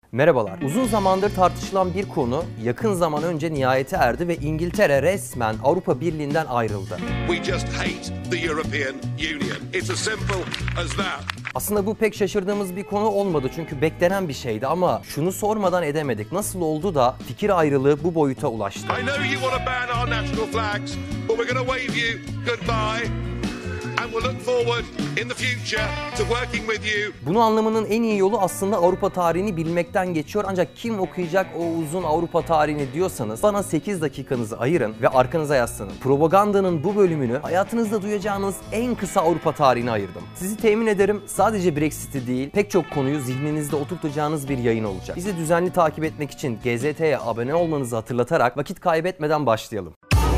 Merhabalar. Uzun zamandır tartışılan bir konu yakın zaman önce nihayete erdi ve İngiltere resmen Avrupa Birliği'nden ayrıldı. We just hate the European Union. It's as simple as that. Aslında bu pek şaşırdığımız bir konu olmadı çünkü beklenen bir şeydi ama şunu sormadan edemedik. Nasıl oldu da fikir ayrılığı bu boyuta ulaştı? I know you want to ban our national flags, but we're going to wave you goodbye. And we'll look forward in the future to working with you. Bunu anlamanın en iyi yolu aslında Avrupa tarihini bilmekten geçiyor. Ancak kim okuyacak o uzun Avrupa tarihini diyorsanız bana 8 dakikanızı ayırın ve arkanıza yaslanın. Propagandanın bu bölümünü hayatınızda duyacağınız en kısa Avrupa tarihine ayırdım. Sizi temin ederim sadece Brexit'i değil pek çok konuyu zihninizde oturtacağınız bir yayın olacak. Bizi düzenli takip etmek için GZT'ye abone olmanızı hatırlatarak vakit kaybetmeden başlayalım.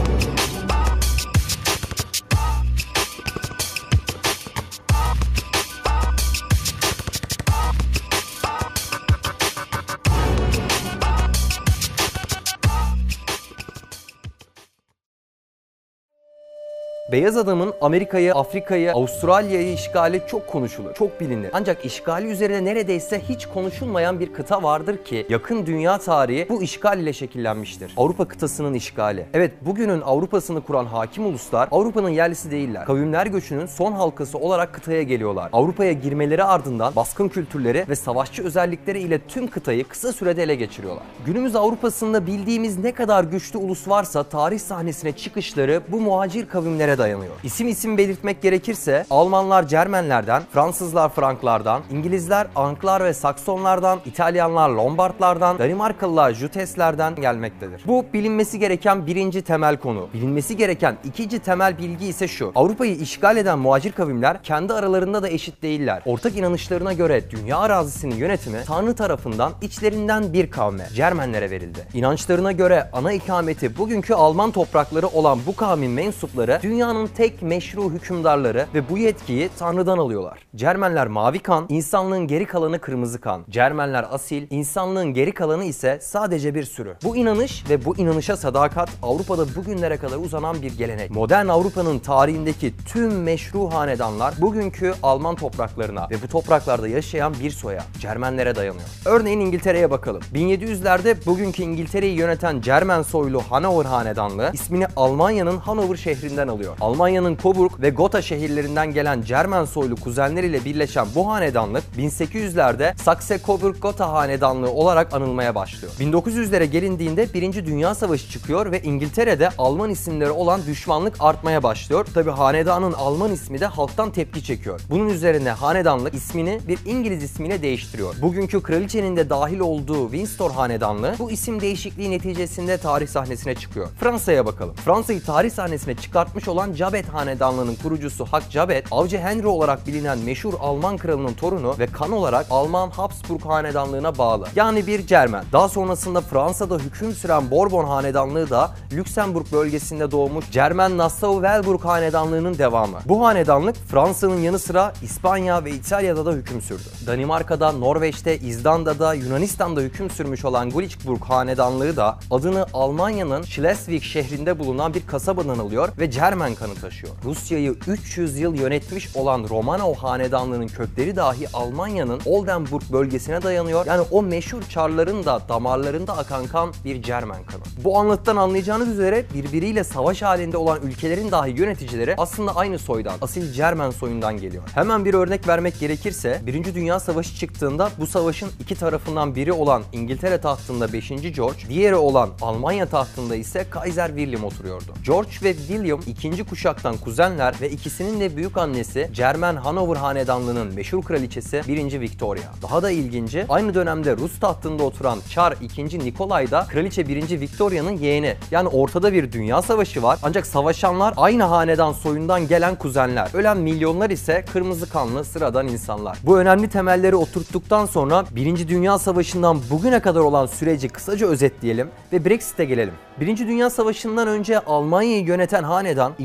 Beyaz adamın Amerika'yı, Afrika'yı, Avustralya'yı işgali çok konuşulur, çok bilinir. Ancak işgali üzerine neredeyse hiç konuşulmayan bir kıta vardır ki yakın dünya tarihi bu işgal ile şekillenmiştir. Avrupa kıtasının işgali. Evet, bugünün Avrupa'sını kuran hakim uluslar Avrupa'nın yerlisi değiller. Kavimler göçünün son halkası olarak kıtaya geliyorlar. Avrupa'ya girmeleri ardından baskın kültürleri ve savaşçı özellikleri ile tüm kıtayı kısa sürede ele geçiriyorlar. Günümüz Avrupa'sında bildiğimiz ne kadar güçlü ulus varsa tarih sahnesine çıkışları bu muhacir kavimlere dayanıyor. İsim belirtmek gerekirse Almanlar Cermenlerden, Fransızlar Franklardan, İngilizler Anklar ve Saksonlardan, İtalyanlar Lombardlardan, Danimarkalılar Juteslerden gelmektedir. Bu bilinmesi gereken birinci temel konu. Bilinmesi gereken ikinci temel bilgi ise şu: Avrupa'yı işgal eden muhacir kavimler kendi aralarında da eşit değiller. Ortak inanışlarına göre dünya arazisinin yönetimi Tanrı tarafından içlerinden bir kavme, Cermenlere verildi. İnançlarına göre ana ikameti bugünkü Alman toprakları olan bu kavmin mensupları dünyanın tek meşru hükümdarları ve bu yetkiyi Tanrı'dan alıyorlar. Cermenler mavi kan, insanlığın geri kalanı kırmızı kan. Cermenler asil, insanlığın geri kalanı ise sadece bir sürü. Bu inanış ve bu inanışa sadakat Avrupa'da bugünlere kadar uzanan bir gelenek. Modern Avrupa'nın tarihindeki tüm meşru hanedanlar bugünkü Alman topraklarına ve bu topraklarda yaşayan bir soya, Cermenlere dayanıyor. Örneğin İngiltere'ye bakalım. 1700'lerde bugünkü İngiltere'yi yöneten Cermen soylu Hanover hanedanlığı ismini Almanya'nın Hanover şehrinden alıyor. Almanya'nın Coburg ve Gotha şehirlerinden gelen Cermen soylu kuzenleriyle birleşen bu hanedanlık 1800'lerde Saxe-Coburg-Gotha hanedanlığı olarak anılmaya başlıyor. 1900'lere gelindiğinde Birinci Dünya Savaşı çıkıyor ve İngiltere'de Alman isimleri olan düşmanlık artmaya başlıyor. Tabi hanedanın Alman ismi de halktan tepki çekiyor. Bunun üzerine hanedanlık ismini bir İngiliz ismiyle değiştiriyor. Bugünkü kraliçenin de dahil olduğu Windsor hanedanlığı bu isim değişikliği neticesinde tarih sahnesine çıkıyor. Fransa'ya bakalım. Fransa'yı tarih sahnesine çıkartmış olan Jabet hanedanlığının kurucusu Hak Jabet, Avcı Henry olarak bilinen meşhur Alman kralının torunu ve kan olarak Alman Habsburg hanedanlığına bağlı. Yani bir Cermen. Daha sonrasında Fransa'da hüküm süren Bourbon hanedanlığı da Lüksemburg bölgesinde doğmuş Cermen Nassau-Weilburg hanedanlığının devamı. Bu hanedanlık Fransa'nın yanı sıra İspanya ve İtalya'da da hüküm sürdü. Danimarka'da, Norveç'te, İzlanda'da, Yunanistan'da hüküm sürmüş olan Glücksburg hanedanlığı da adını Almanya'nın Schleswig şehrinde bulunan bir kasabadan alıyor ve Cermen kanı taşıyor. Rusya'yı 300 yıl yönetmiş olan Romanov hanedanlığının kökleri dahi Almanya'nın Oldenburg bölgesine dayanıyor. Yani o meşhur Çarların da damarlarında akan kan bir Cermen kanı. Bu anlatıdan anlayacağınız üzere birbiriyle savaş halinde olan ülkelerin dahi yöneticileri aslında aynı soydan, asil Cermen soyundan geliyor. Hemen bir örnek vermek gerekirse, Birinci Dünya Savaşı çıktığında bu savaşın iki tarafından biri olan İngiltere tahtında 5. George, diğeri olan Almanya tahtında ise Kaiser William oturuyordu. George ve William ikinci kuşaktan kuzenler ve ikisinin de büyük annesi Cermen Hanover hanedanlığının meşhur kraliçesi 1. Victoria. Daha da ilginci, aynı dönemde Rus tahtında oturan Çar 2. Nikolay da kraliçe 1. Victoria'nın yeğeni. Yani ortada bir dünya savaşı var ancak savaşanlar aynı hanedan soyundan gelen kuzenler. Ölen milyonlar ise kırmızı kanlı sıradan insanlar. Bu önemli temelleri oturttuktan sonra 1. Dünya Savaşı'ndan bugüne kadar olan süreci kısaca özetleyelim ve Brexit'e gelelim. 1. Dünya Savaşı'ndan önce Almanya'yı yöneten hanedan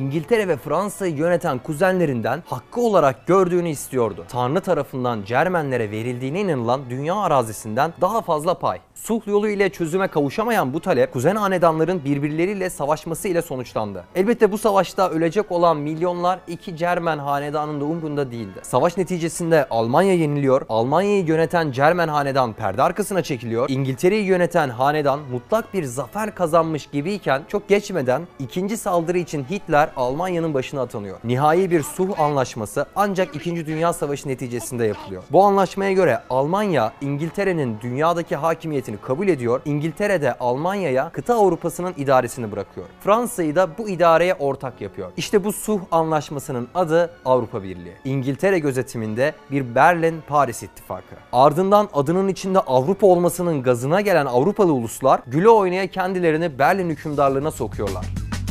İngiltere ve Fransa'yı yöneten kuzenlerinden hakkı olarak gördüğünü istiyordu. Tanrı tarafından Cermenlere verildiğine inanılan dünya arazisinden daha fazla pay. Sulh yolu ile çözüme kavuşamayan bu talep kuzen hanedanların birbirleriyle savaşması ile sonuçlandı. Elbette bu savaşta ölecek olan milyonlar iki Cermen hanedanının da umrunda değildi. Savaş neticesinde Almanya yeniliyor, Almanya'yı yöneten Cermen hanedan perde arkasına çekiliyor, İngiltere'yi yöneten hanedan mutlak bir zafer kazanmış gibiyken çok geçmeden ikinci saldırı için Hitler Almanya'nın başına atanıyor. Nihai bir sulh anlaşması ancak 2. Dünya Savaşı neticesinde yapılıyor. Bu anlaşmaya göre Almanya İngiltere'nin dünyadaki hakimiyetini kabul ediyor, İngiltere de Almanya'ya kıta Avrupa'sının idaresini bırakıyor. Fransa'yı da bu idareye ortak yapıyor. İşte bu sulh anlaşmasının adı Avrupa Birliği. İngiltere gözetiminde bir Berlin-Paris ittifakı. Ardından adının içinde Avrupa olmasının gazına gelen Avrupalı uluslar güle oynaya kendilerini Berlin hükümdarlığına sokuyorlar.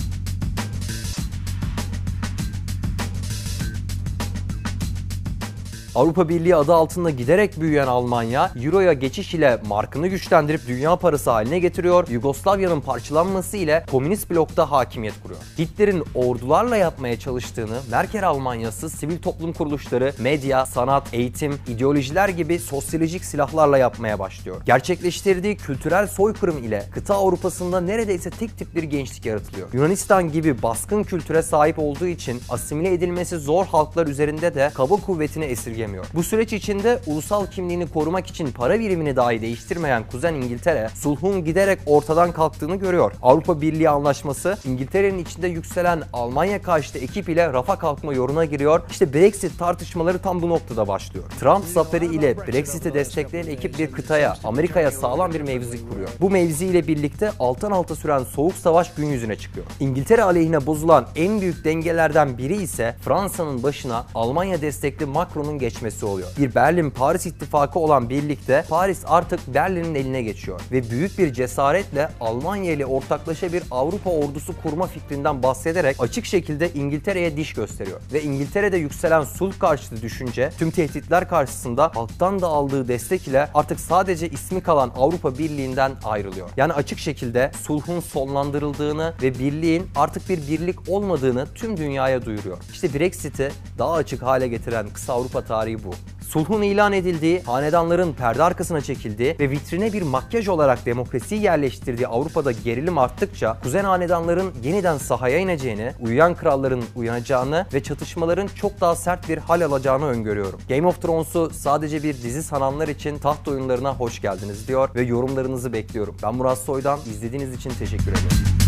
Avrupa Birliği adı altında giderek büyüyen Almanya, Euro'ya geçiş ile markını güçlendirip dünya parası haline getiriyor, Yugoslavya'nın parçalanması ile komünist blokta hakimiyet kuruyor. Hitler'in ordularla yapmaya çalıştığını Merkel Almanyası sivil toplum kuruluşları, medya, sanat, eğitim, ideolojiler gibi sosyolojik silahlarla yapmaya başlıyor. Gerçekleştirdiği kültürel soykırım ile kıta Avrupa'sında neredeyse tek tip bir gençlik yaratılıyor. Yunanistan gibi baskın kültüre sahip olduğu için asimile edilmesi zor halklar üzerinde de kaba kuvvetini esirgemiyor. Bu süreç içinde ulusal kimliğini korumak için para birimini dahi değiştirmeyen kuzen İngiltere, sulhun giderek ortadan kalktığını görüyor. Avrupa Birliği Anlaşması, İngiltere'nin içinde yükselen Almanya karşıtı ekip ile rafa kalkma yoluna giriyor. İşte Brexit tartışmaları tam bu noktada başlıyor. Trump zaferi ile Brexit'i destekleyen ekip bir kıtaya, Amerika'ya sağlam bir mevzi kuruyor. Bu mevzi ile birlikte alttan alta süren soğuk savaş gün yüzüne çıkıyor. İngiltere aleyhine bozulan en büyük dengelerden biri ise Fransa'nın başına Almanya destekli Macron'un geçmesi oluyor. Bir Berlin-Paris ittifakı olan birlikte Paris artık Berlin'in eline geçiyor ve büyük bir cesaretle Almanya ile ortaklaşa bir Avrupa ordusu kurma fikrinden bahsederek açık şekilde İngiltere'ye diş gösteriyor. Ve İngiltere'de yükselen sulh karşıtı düşünce tüm tehditler karşısında halktan da aldığı destek ile artık sadece ismi kalan Avrupa Birliği'nden ayrılıyor. Yani açık şekilde sulhun sonlandırıldığını ve birliğin artık bir birlik olmadığını tüm dünyaya duyuruyor. İşte Brexit'i daha açık hale getiren kısa Avrupa tarihi bu. Sulhun ilan edildiği, hanedanların perde arkasına çekildiği ve vitrine bir makyaj olarak demokrasiyi yerleştirdiği Avrupa'da gerilim arttıkça kuzen hanedanların yeniden sahaya ineceğini, uyuyan kralların uyanacağını ve çatışmaların çok daha sert bir hal alacağını öngörüyorum. Game of Thrones'u sadece bir dizi sananlar için taht oyunlarına hoş geldiniz diyor ve yorumlarınızı bekliyorum. Ben Murat Soydan, izlediğiniz için teşekkür ederim.